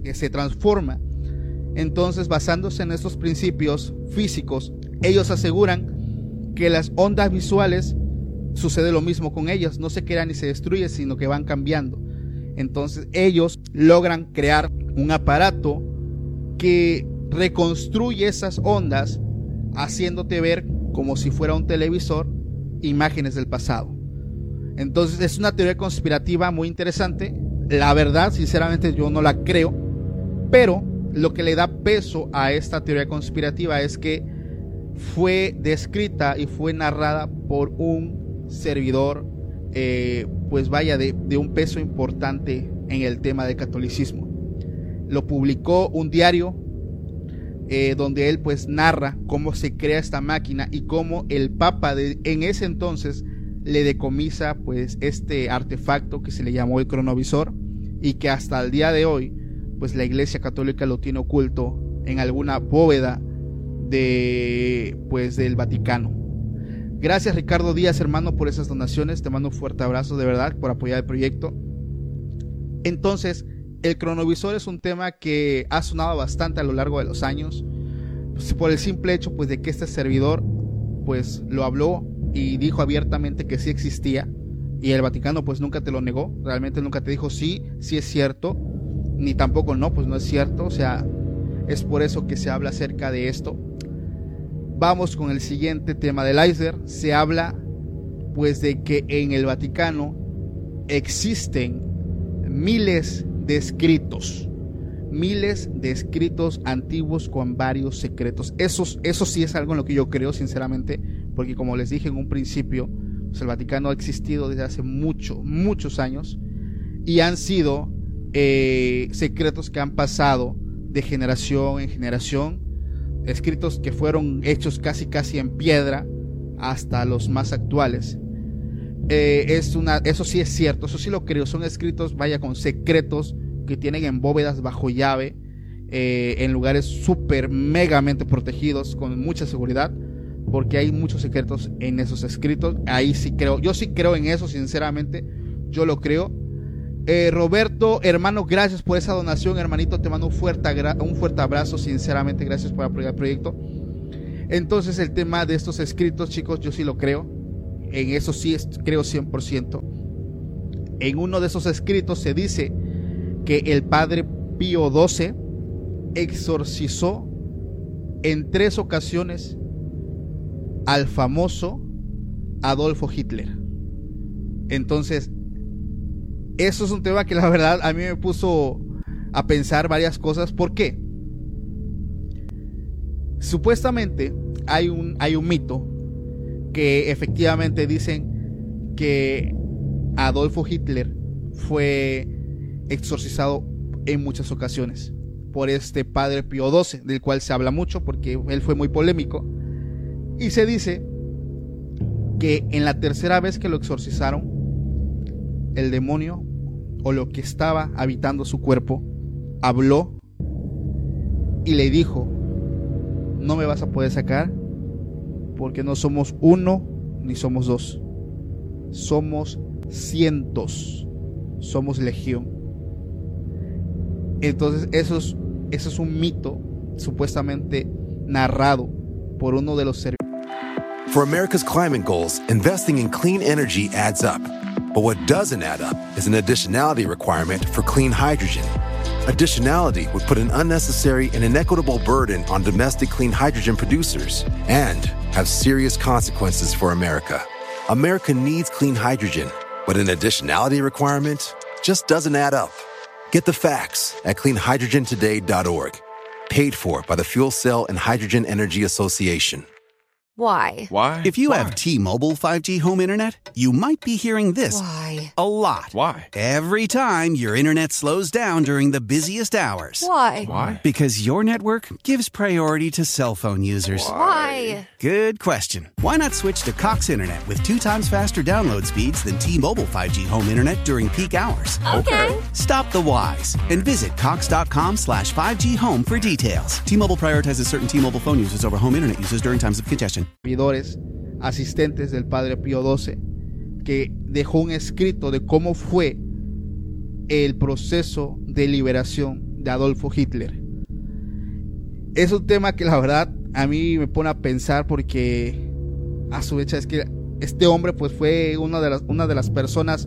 Speaker 3: que se transforma. Entonces, basándose en estos principios físicos, ellos aseguran que las ondas visuales sucede lo mismo con ellas, no se crean ni se destruyen, sino que van cambiando. Entonces ellos logran crear un aparato que reconstruye esas ondas, haciéndote ver como si fuera un televisor imágenes del pasado. Entonces es una teoría conspirativa muy interesante. La verdad, sinceramente, yo no la creo, pero lo que le da peso a esta teoría conspirativa es que fue descrita y fue narrada por un servidor, eh, pues vaya, de, de un peso importante en el tema del catolicismo. Lo publicó un diario eh, donde él pues narra cómo se crea esta máquina y cómo el Papa de, en ese entonces le decomisa pues este artefacto que se le llamó el cronovisor, y que hasta el día de hoy pues la Iglesia Católica lo tiene oculto en alguna bóveda de pues del Vaticano. Gracias, Ricardo Díaz, hermano, por esas donaciones. Te mando un fuerte abrazo, de verdad, por apoyar el proyecto. Entonces, el cronovisor es un tema que ha sonado bastante a lo largo de los años, pues, por el simple hecho pues de que este servidor pues lo habló y dijo abiertamente que sí existía, y el Vaticano pues nunca te lo negó. Realmente nunca te dijo sí, sí es cierto, ni tampoco no, pues no es cierto. O sea, es por eso que se habla acerca de esto. Vamos con el siguiente tema del iceberg. Se habla pues de que en el Vaticano existen miles de escritos, miles de escritos antiguos con varios secretos. Eso, eso sí es algo en lo que yo creo, sinceramente, porque como les dije en un principio, pues el Vaticano ha existido desde hace mucho, muchos años, y han sido eh, secretos que han pasado de generación en generación, escritos que fueron hechos casi casi en piedra hasta los más actuales. Eh, es una, eso sí es cierto, eso sí lo creo. Son escritos, vaya, con secretos que tienen en bóvedas bajo llave, eh, en lugares súper megamente protegidos con mucha seguridad, porque hay muchos secretos en esos escritos. Ahí sí creo, yo sí creo en eso, sinceramente, yo lo creo. Eh, Roberto, hermano, gracias por esa donación, hermanito, te mando un fuerte, un fuerte abrazo, sinceramente, gracias por apoyar el proyecto. Entonces, el tema de estos escritos, chicos, yo sí lo creo, en eso sí es, creo cien por ciento. En uno de esos escritos se dice que el padre Pío doce exorcizó en tres ocasiones al famoso Adolfo Hitler. Entonces, eso es un tema que la verdad a mí me puso a pensar varias cosas. ¿Por qué? Supuestamente hay un, hay un mito que efectivamente dicen que Adolfo Hitler fue exorcizado en muchas ocasiones por este padre Pío doce, del cual se habla mucho porque él fue muy polémico, y se dice que en la tercera vez que lo exorcizaron, el demonio o lo que estaba habitando su cuerpo habló y le dijo: no me vas a poder sacar porque no somos uno ni somos dos, somos cientos, somos legión. Entonces eso es, eso es un mito supuestamente narrado por uno de los servidores.
Speaker 1: For America's climate goals, investing in clean energy adds up. But what doesn't add up is an additionality requirement for clean hydrogen. Additionality would put an unnecessary and inequitable burden on domestic clean hydrogen producers and have serious consequences for America. America needs clean hydrogen, but an additionality requirement just doesn't add up. Get the facts at clean hydrogen today dot org. Paid for by the Fuel Cell and Hydrogen Energy Association.
Speaker 4: Why?
Speaker 5: Why?
Speaker 6: If you
Speaker 5: Why?
Speaker 6: have T-Mobile five G home internet, you might be hearing this
Speaker 4: Why?
Speaker 6: a lot.
Speaker 5: Why?
Speaker 6: Every time your internet slows down during the busiest hours.
Speaker 4: Why?
Speaker 5: Why?
Speaker 6: Because your network gives priority to cell phone users.
Speaker 4: Why?
Speaker 6: Good question. Why not switch to Cox Internet with two times faster download speeds than T-Mobile five G home internet during peak hours?
Speaker 4: Okay.
Speaker 6: Stop the whys and visit cox.com slash 5G home for details. T-Mobile prioritizes certain T-Mobile phone users over home internet users during times of congestion.
Speaker 3: Servidores asistentes del padre Pío doce, que dejó un escrito de cómo fue el proceso de liberación de Adolfo Hitler. Es un tema que la verdad a mí me pone a pensar, porque a su vez es que este hombre pues fue una de las, una de las personas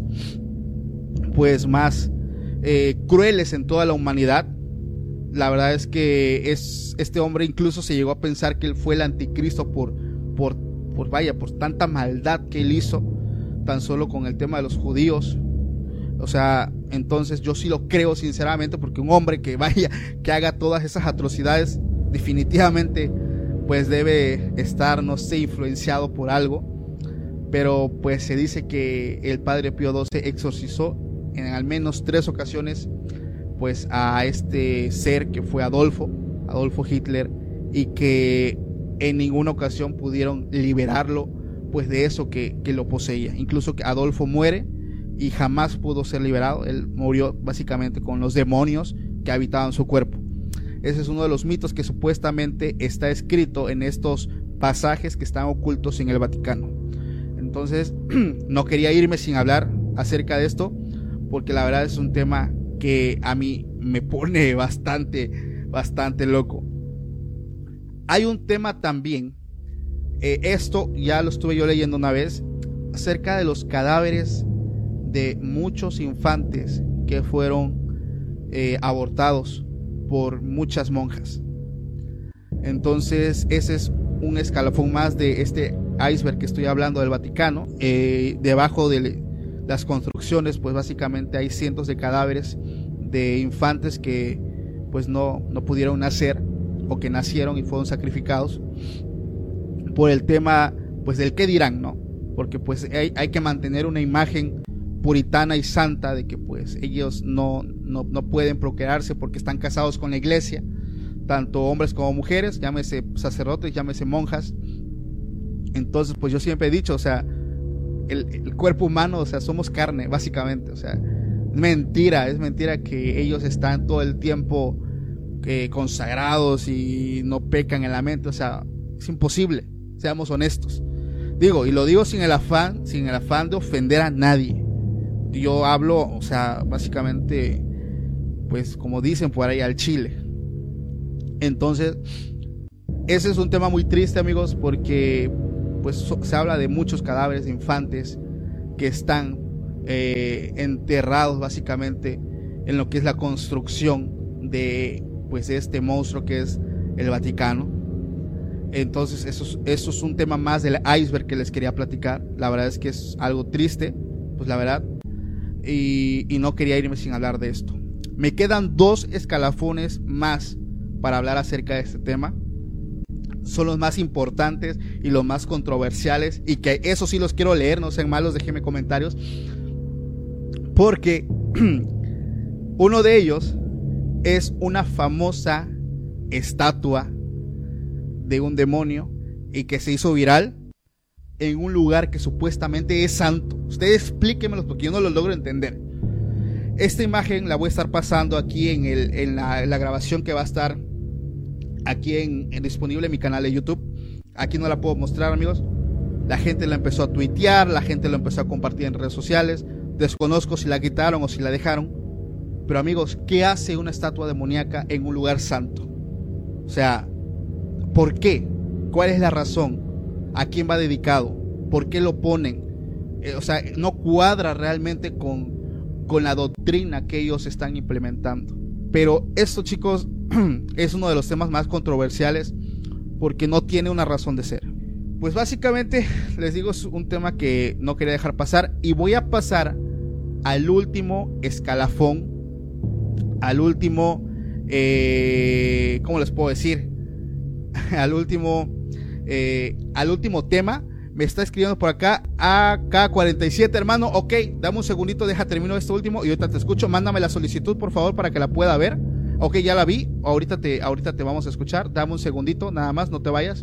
Speaker 3: pues más eh, crueles en toda la humanidad. La verdad es que es, este hombre incluso se llegó a pensar que él fue el anticristo por, por, por vaya, por tanta maldad que él hizo, tan solo con el tema de los judíos. O sea, entonces yo sí lo creo sinceramente, porque un hombre que vaya, que haga todas esas atrocidades, definitivamente pues debe estar, no sé, influenciado por algo. Pero pues se dice que el padre Pío doce exorcizó en al menos tres ocasiones pues a este ser que fue Adolfo, Adolfo Hitler, y que en ninguna ocasión pudieron liberarlo pues de eso que, que lo poseía. Incluso que Adolfo muere y jamás pudo ser liberado. Él murió básicamente con los demonios que habitaban su cuerpo. Ese es uno de los mitos que supuestamente está escrito en estos pasajes que están ocultos en el Vaticano. Entonces no quería irme sin hablar acerca de esto, porque la verdad es un tema que a mí me pone bastante, bastante loco. Hay un tema también, eh, esto ya lo estuve yo leyendo una vez, acerca de los cadáveres de muchos infantes que fueron eh, abortados por muchas monjas. Entonces ese es un escalafón más de este iceberg que estoy hablando del Vaticano. Eh, debajo de las construcciones pues básicamente hay cientos de cadáveres de infantes que pues no, no pudieron nacer, o que nacieron y fueron sacrificados por el tema pues del qué dirán, ¿no? Porque pues hay, hay que mantener una imagen puritana y santa de que pues ellos no, no, no pueden procrearse porque están casados con la iglesia, tanto hombres como mujeres, llámese sacerdotes, llámese monjas. Entonces pues yo siempre he dicho, o sea, el, el cuerpo humano, o sea, somos carne básicamente, o sea, es mentira, es mentira que ellos están todo el tiempo eh, consagrados y no pecan en la mente, o sea, es imposible, seamos honestos. Digo, y lo digo sin el afán, sin el afán de ofender a nadie. Yo hablo, o sea, básicamente, pues como dicen por ahí, al chile. Entonces, ese es un tema muy triste, amigos, porque pues so, se habla de muchos cadáveres de infantes que están eh, enterrados básicamente en lo que es la construcción de pues este monstruo que es el Vaticano. Entonces eso es, eso es un tema más del iceberg que les quería platicar. La verdad es que es algo triste, pues la verdad, y, y no quería irme sin hablar de esto. Me quedan dos escalafones más para hablar acerca de este tema. Son los más importantes y los más controversiales, y que eso sí los quiero leer, no sean malos, déjenme comentarios, porque uno de ellos es una famosa estatua de un demonio y que se hizo viral en un lugar que supuestamente es santo. Ustedes explíquenmelos porque yo no lo logro entender. Esta imagen la voy a estar pasando aquí en, el, en, la, en la grabación que va a estar aquí en, en disponible en mi canal de YouTube. Aquí no la puedo mostrar, amigos. La gente la empezó a tuitear, la gente lo empezó a compartir en redes sociales. Desconozco si la quitaron o si la dejaron. Pero amigos, ¿qué hace una estatua demoníaca en un lugar santo? O sea, ¿por qué? ¿Cuál es la razón? ¿A quién va dedicado? ¿Por qué lo ponen? Eh, o sea, no cuadra realmente con, con la doctrina que ellos están implementando. Pero esto, chicos, es uno de los temas más controversiales porque no tiene una razón de ser. Pues básicamente, les digo, es un tema que no quería dejar pasar. Y voy a pasar al último escalafón, al último, eh, ¿cómo les puedo decir? al último, eh, al último tema. Me está escribiendo por acá A K cuarenta y siete, hermano. Ok, dame un segundito, deja termino esto último y ahorita te escucho. Mándame la solicitud, por favor, para que la pueda ver. Ok, ya la vi. Ahorita te, ahorita te vamos a escuchar. Dame un segundito, nada más, no te vayas.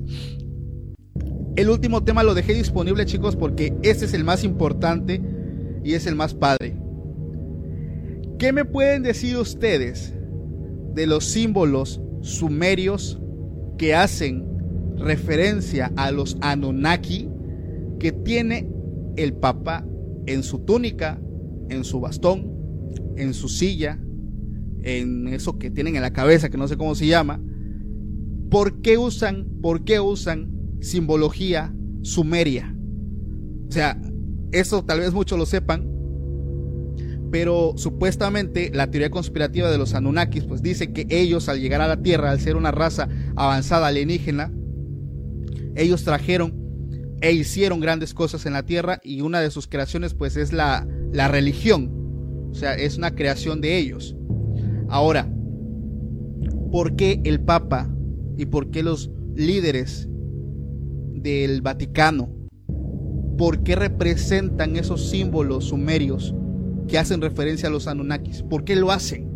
Speaker 3: El último tema lo dejé disponible, chicos, porque este es el más importante y es el más padre. ¿Qué me pueden decir ustedes de los símbolos sumerios que hacen referencia a los Anunnaki, que tiene el Papa en su túnica, en su bastón, en su silla, en eso que tienen en la cabeza, que no sé cómo se llama, ¿por qué usan, por qué usan simbología sumeria? O sea, eso tal vez muchos lo sepan, pero supuestamente la teoría conspirativa de los Anunnakis pues dice que ellos, al llegar a la Tierra, al ser una raza avanzada alienígena, ellos trajeron e hicieron grandes cosas en la Tierra, y una de sus creaciones pues es la, la religión. O sea, es una creación de ellos. Ahora, ¿por qué el Papa y por qué los líderes del Vaticano, por qué representan esos símbolos sumerios que hacen referencia a los Anunnakis? ¿Por qué lo hacen?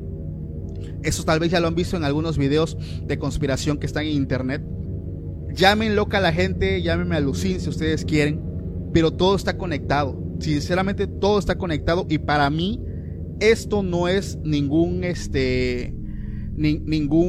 Speaker 3: Eso tal vez ya lo han visto en algunos videos de conspiración que están en internet. Llamen loca a la gente, llámenme alucin si ustedes quieren, pero todo está conectado. Sinceramente todo está conectado, y para mí esto no es ningún este ni,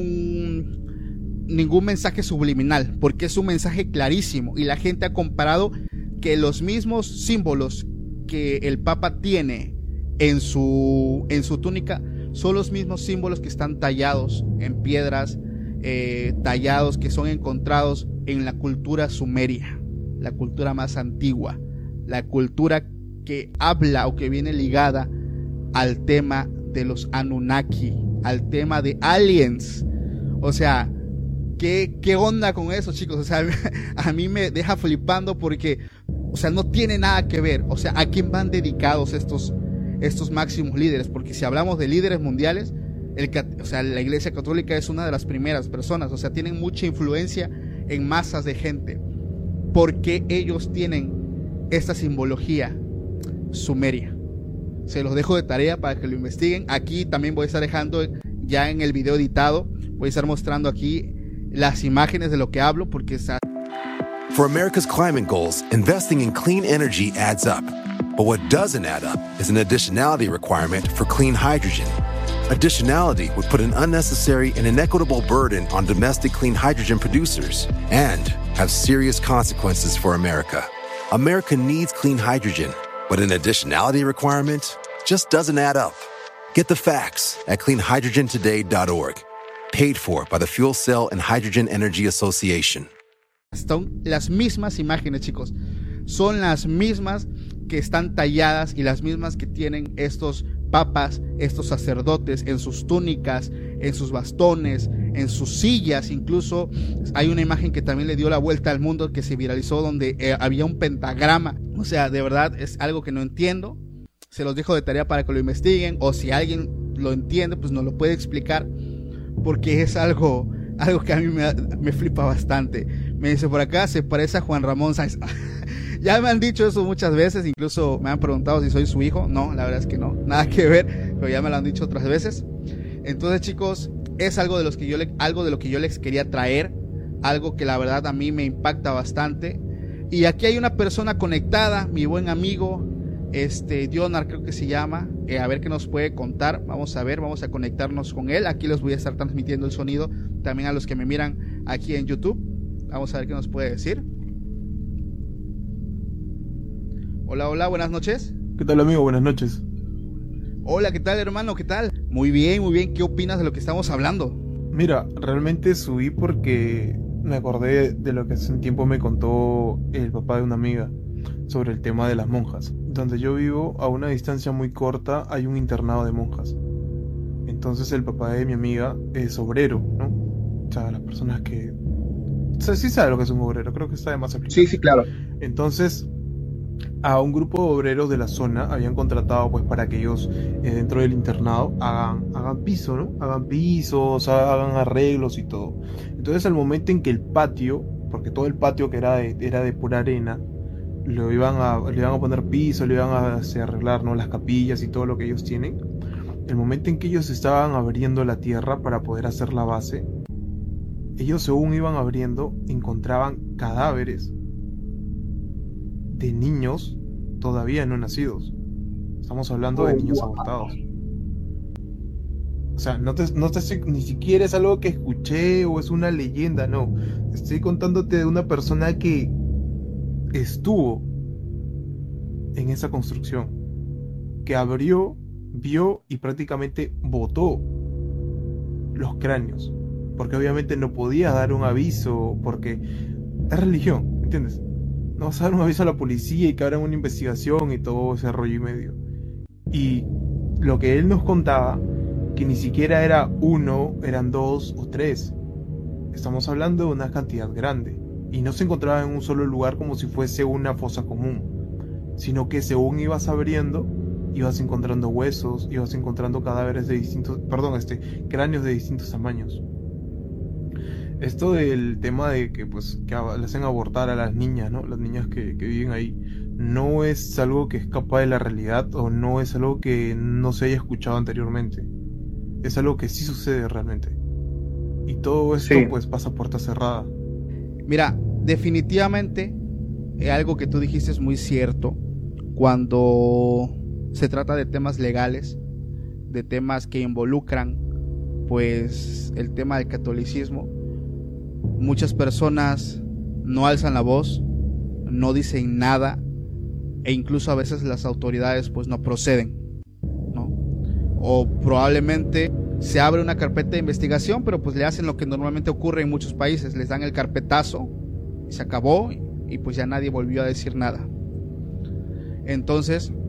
Speaker 3: ningún ningún mensaje subliminal, porque es un mensaje clarísimo, y la gente ha comparado que los mismos símbolos que el Papa tiene en su en su túnica son los mismos símbolos que están tallados en piedras, eh, tallados que son encontrados en la cultura sumeria, la cultura más antigua, la cultura que habla o que viene ligada al tema de los Anunnaki, al tema de aliens. O sea, ¿qué, qué onda con eso, chicos? O sea, a mí me deja flipando porque, o sea, no tiene nada que ver. O sea, ¿a quién van dedicados estos, estos máximos líderes? Porque si hablamos de líderes mundiales, el, o sea, la Iglesia Católica es una de las primeras personas. O sea, tienen mucha influencia en masas de gente. ¿Por qué ellos tienen esta simbología sumeria? Se los dejo de tarea para que lo investiguen. Aquí también voy a estar dejando ya en el video editado, voy a estar mostrando aquí las imágenes de lo que hablo, porque está...
Speaker 1: For America's climate goals, investing in clean energy adds up. But what doesn't add up is an additionality requirement for clean hydrogen. Additionality would put an unnecessary and inequitable burden on domestic clean hydrogen producers and have serious consequences for America. America needs clean hydrogen, but an additionality requirement just doesn't add up. Get the facts at clean hydrogen today dot org. Paid for by the Fuel Cell and Hydrogen Energy Association.
Speaker 3: Son las mismas imágenes, chicos. Son las mismas que están talladas y las mismas que tienen estos papas, estos sacerdotes en sus túnicas, en sus bastones, en sus sillas. Incluso hay una imagen que también le dio la vuelta al mundo, que se viralizó, donde eh, había un pentagrama. O sea, de verdad es algo que no entiendo. Se los dejo de tarea para que lo investiguen, o si alguien lo entiende, pues nos lo puede explicar, porque es algo, algo que a mí me, me flipa bastante. Me dice por acá, se parece a Juan Ramón Sáenz. Ya me han dicho eso muchas veces, incluso me han preguntado si soy su hijo. No, la verdad es que no, nada que ver, pero ya me lo han dicho otras veces. Entonces, chicos, es algo de, los que yo le, algo de lo que yo les quería traer, algo que la verdad a mí me impacta bastante. Y aquí hay una persona conectada, mi buen amigo, este Dionar creo que se llama, eh, a ver qué nos puede contar. Vamos a ver, vamos a conectarnos con él. Aquí les voy a estar transmitiendo el sonido también a los que me miran aquí en YouTube. Vamos a ver qué nos puede decir. Hola, hola, buenas noches.
Speaker 5: ¿Qué tal, amigo? Buenas noches.
Speaker 3: Hola, ¿qué tal, hermano? ¿Qué tal? Muy bien, muy bien. ¿Qué opinas de lo que estamos hablando?
Speaker 5: Mira, realmente subí porque me acordé de lo que hace un tiempo me contó el papá de una amiga sobre el tema de las monjas. Donde yo vivo, a una distancia muy corta, hay un internado de monjas. Entonces el papá de mi amiga es obrero, ¿no? O sea, las personas que... O sea, sí sabe lo que es un obrero, creo que está de más explicado.
Speaker 3: Sí, sí, claro.
Speaker 5: Entonces, a un grupo de obreros de la zona habían contratado pues para que ellos eh, dentro del internado hagan, hagan piso, ¿no? Hagan pisos, hagan arreglos y todo. Entonces al momento en que el patio, porque todo el patio que era de, era de pura arena, lo iban a, le iban a poner piso, le iban a hacer arreglar, ¿no? Las capillas y todo lo que ellos tienen. El momento en que ellos estaban abriendo la tierra para poder hacer la base, ellos según iban abriendo encontraban cadáveres de niños todavía no nacidos. Estamos hablando de niños abortados. O sea, no te, no te ni siquiera es algo que escuché o es una leyenda, no. Estoy contándote de una persona que estuvo en esa construcción, que abrió, vio y prácticamente botó los cráneos, porque obviamente no podías dar un aviso, porque es religión, ¿entiendes? No vas a dar un aviso a la policía y que abran una investigación y todo ese rollo y medio. Y lo que él nos contaba, que ni siquiera era uno, eran dos o tres. Estamos hablando de una cantidad grande. Y no se encontraba en un solo lugar como si fuese una fosa común, sino que según ibas abriendo, ibas encontrando huesos, ibas encontrando cadáveres de distintos, perdón, este, cráneos de distintos tamaños. Esto del tema de que pues que le hacen abortar a las niñas, ¿no? Las niñas que, que viven ahí, no es algo que escapa de la realidad o no es algo que no se haya escuchado anteriormente. Es algo que sí sucede realmente. Y todo esto
Speaker 3: Sí.
Speaker 5: pues pasa a puerta cerrada.
Speaker 3: Mira, definitivamente eh, algo que tú dijiste es muy cierto. Cuando se trata de temas legales, de temas que involucran pues el tema del catolicismo, muchas personas no alzan la voz, no dicen nada, e incluso a veces las autoridades pues no proceden, ¿no? O probablemente se abre una carpeta de investigación, pero pues le hacen lo que normalmente ocurre en muchos países, les dan el carpetazo y se acabó, y pues ya nadie volvió a decir nada. Entonces,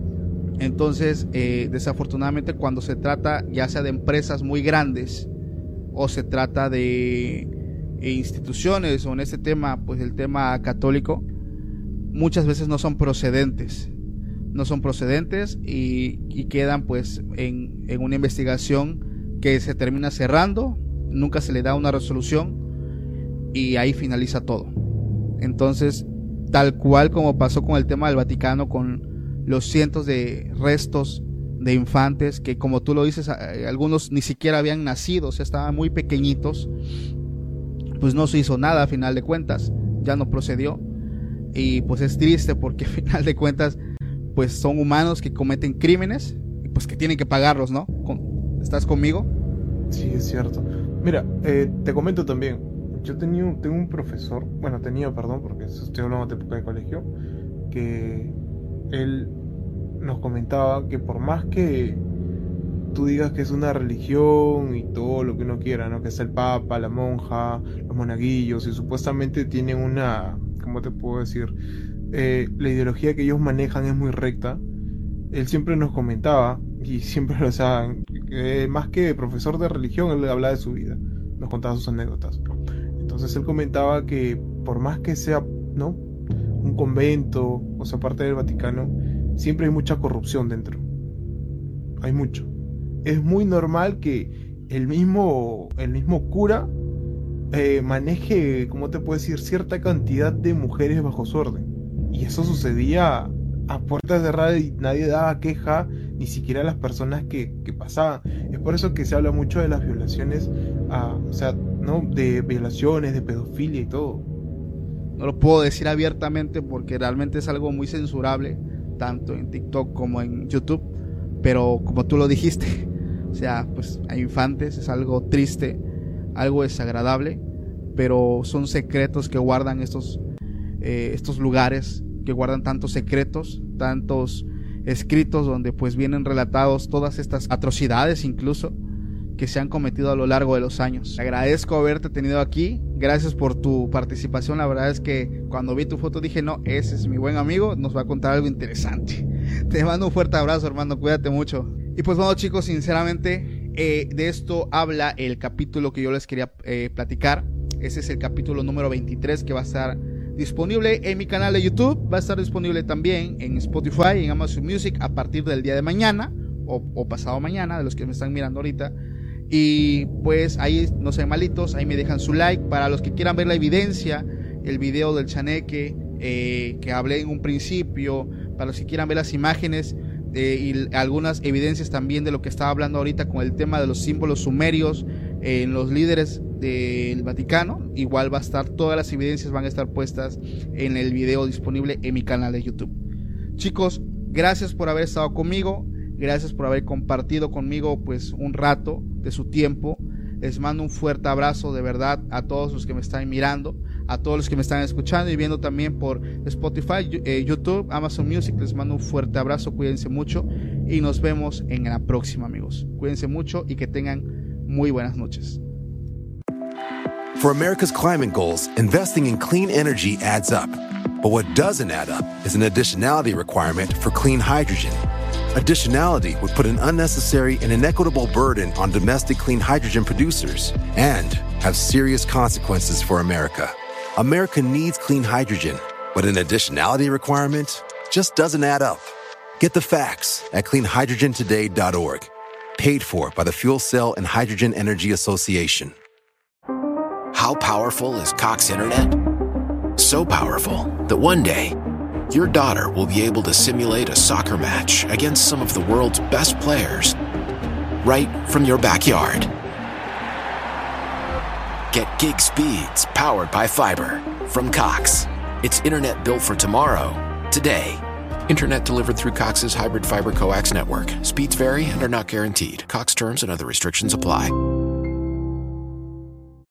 Speaker 3: entonces eh, desafortunadamente cuando se trata ya sea de empresas muy grandes o se trata de eh, instituciones, o en este tema pues el tema católico, muchas veces no son procedentes. no son procedentes y, y quedan pues en, en una investigación que se termina cerrando, nunca se le da una resolución y ahí finaliza todo. Entonces, tal cual como pasó con el tema del Vaticano, con los cientos de restos de infantes que, como tú lo dices, algunos ni siquiera habían nacido, o sea, estaban muy pequeñitos, pues no se hizo nada a final de cuentas, ya no procedió. Y pues es triste porque a final de cuentas pues son humanos que cometen crímenes y pues que tienen que pagarlos, ¿no? ¿Estás conmigo?
Speaker 5: Sí, es cierto. Mira, eh, te comento también. Yo tenía, tengo un profesor, bueno, tenía, perdón, porque estoy hablando de época de colegio, que él nos comentaba que por más que tú digas que es una religión y todo lo que uno quiera, ¿no? Que es el papa, la monja, los monaguillos, y supuestamente tienen una, ¿cómo te puedo decir? Eh, la ideología que ellos manejan es muy recta. Él siempre nos comentaba, y siempre, o sea, eh, más que profesor de religión, él hablaba de su vida, nos contaba sus anécdotas. Entonces él comentaba que por más que sea, ¿no?, un convento, o sea, parte del Vaticano, siempre hay mucha corrupción dentro. Hay mucho. Es muy normal que el mismo, el mismo cura eh, maneje, ¿cómo te puedo decir?, cierta cantidad de mujeres bajo su orden. Y eso sucedía a puertas cerradas y nadie daba queja, ni siquiera las personas que, que pasaban. Es por eso que se habla mucho de las violaciones, a, o sea, ¿no?, de violaciones, de pedofilia y todo.
Speaker 3: No lo puedo decir abiertamente porque realmente es algo muy censurable, tanto en TikTok como en YouTube, pero como tú lo dijiste, o sea, pues hay infantes, es algo triste, algo desagradable, pero son secretos que guardan estos, eh, estos lugares, que guardan tantos secretos, tantos escritos donde pues vienen relatados todas estas atrocidades incluso que se han cometido a lo largo de los años. Te agradezco haberte tenido aquí, gracias por tu participación. La verdad es que cuando vi tu foto dije, no, ese es mi buen amigo, nos va a contar algo interesante. Te mando un fuerte abrazo, hermano, cuídate mucho. Y pues bueno, chicos, sinceramente eh, de esto habla el capítulo que yo les quería eh, platicar. Ese es el capítulo número veintitrés que va a estar disponible en mi canal de YouTube, va a estar disponible también en Spotify y en Amazon Music a partir del día de mañana o, o pasado mañana, de los que me están mirando ahorita. Y pues ahí no sean malitos, ahí me dejan su like. Para los que quieran ver la evidencia, el video del chaneque eh, que hablé en un principio, para los que quieran ver las imágenes eh, y algunas evidencias también de lo que estaba hablando ahorita con el tema de los símbolos sumerios eh, en los líderes del Vaticano, igual va a estar, todas las evidencias van a estar puestas en el video disponible en mi canal de YouTube. Chicos, gracias por haber estado conmigo, gracias por haber compartido conmigo pues un rato de su tiempo. Les mando un fuerte abrazo de verdad a todos los que me están mirando, a todos los que me están escuchando y viendo también por Spotify, eh, YouTube, Amazon Music. Les mando un fuerte abrazo, cuídense mucho y nos vemos en la próxima, amigos. Cuídense mucho y que tengan Muy buenas noches.
Speaker 1: For America's climate goals, investing in clean energy adds up. But what doesn't add up is an additionality requirement for clean hydrogen. Additionality would put an unnecessary and inequitable burden on domestic clean hydrogen producers and have serious consequences for America. America needs clean hydrogen, but an additionality requirement just doesn't add up. Get the facts at clean hydrogen today dot org. Paid for by the Fuel Cell and Hydrogen Energy Association.
Speaker 2: How powerful is Cox Internet? So powerful that one day, your daughter will be able to simulate a soccer match against some of the world's best players right from your backyard. Get gig speeds powered by fiber from Cox. It's internet built for tomorrow, today. Internet delivered through Cox's hybrid fiber coax network. Speeds vary and are not guaranteed. Cox terms and other restrictions apply.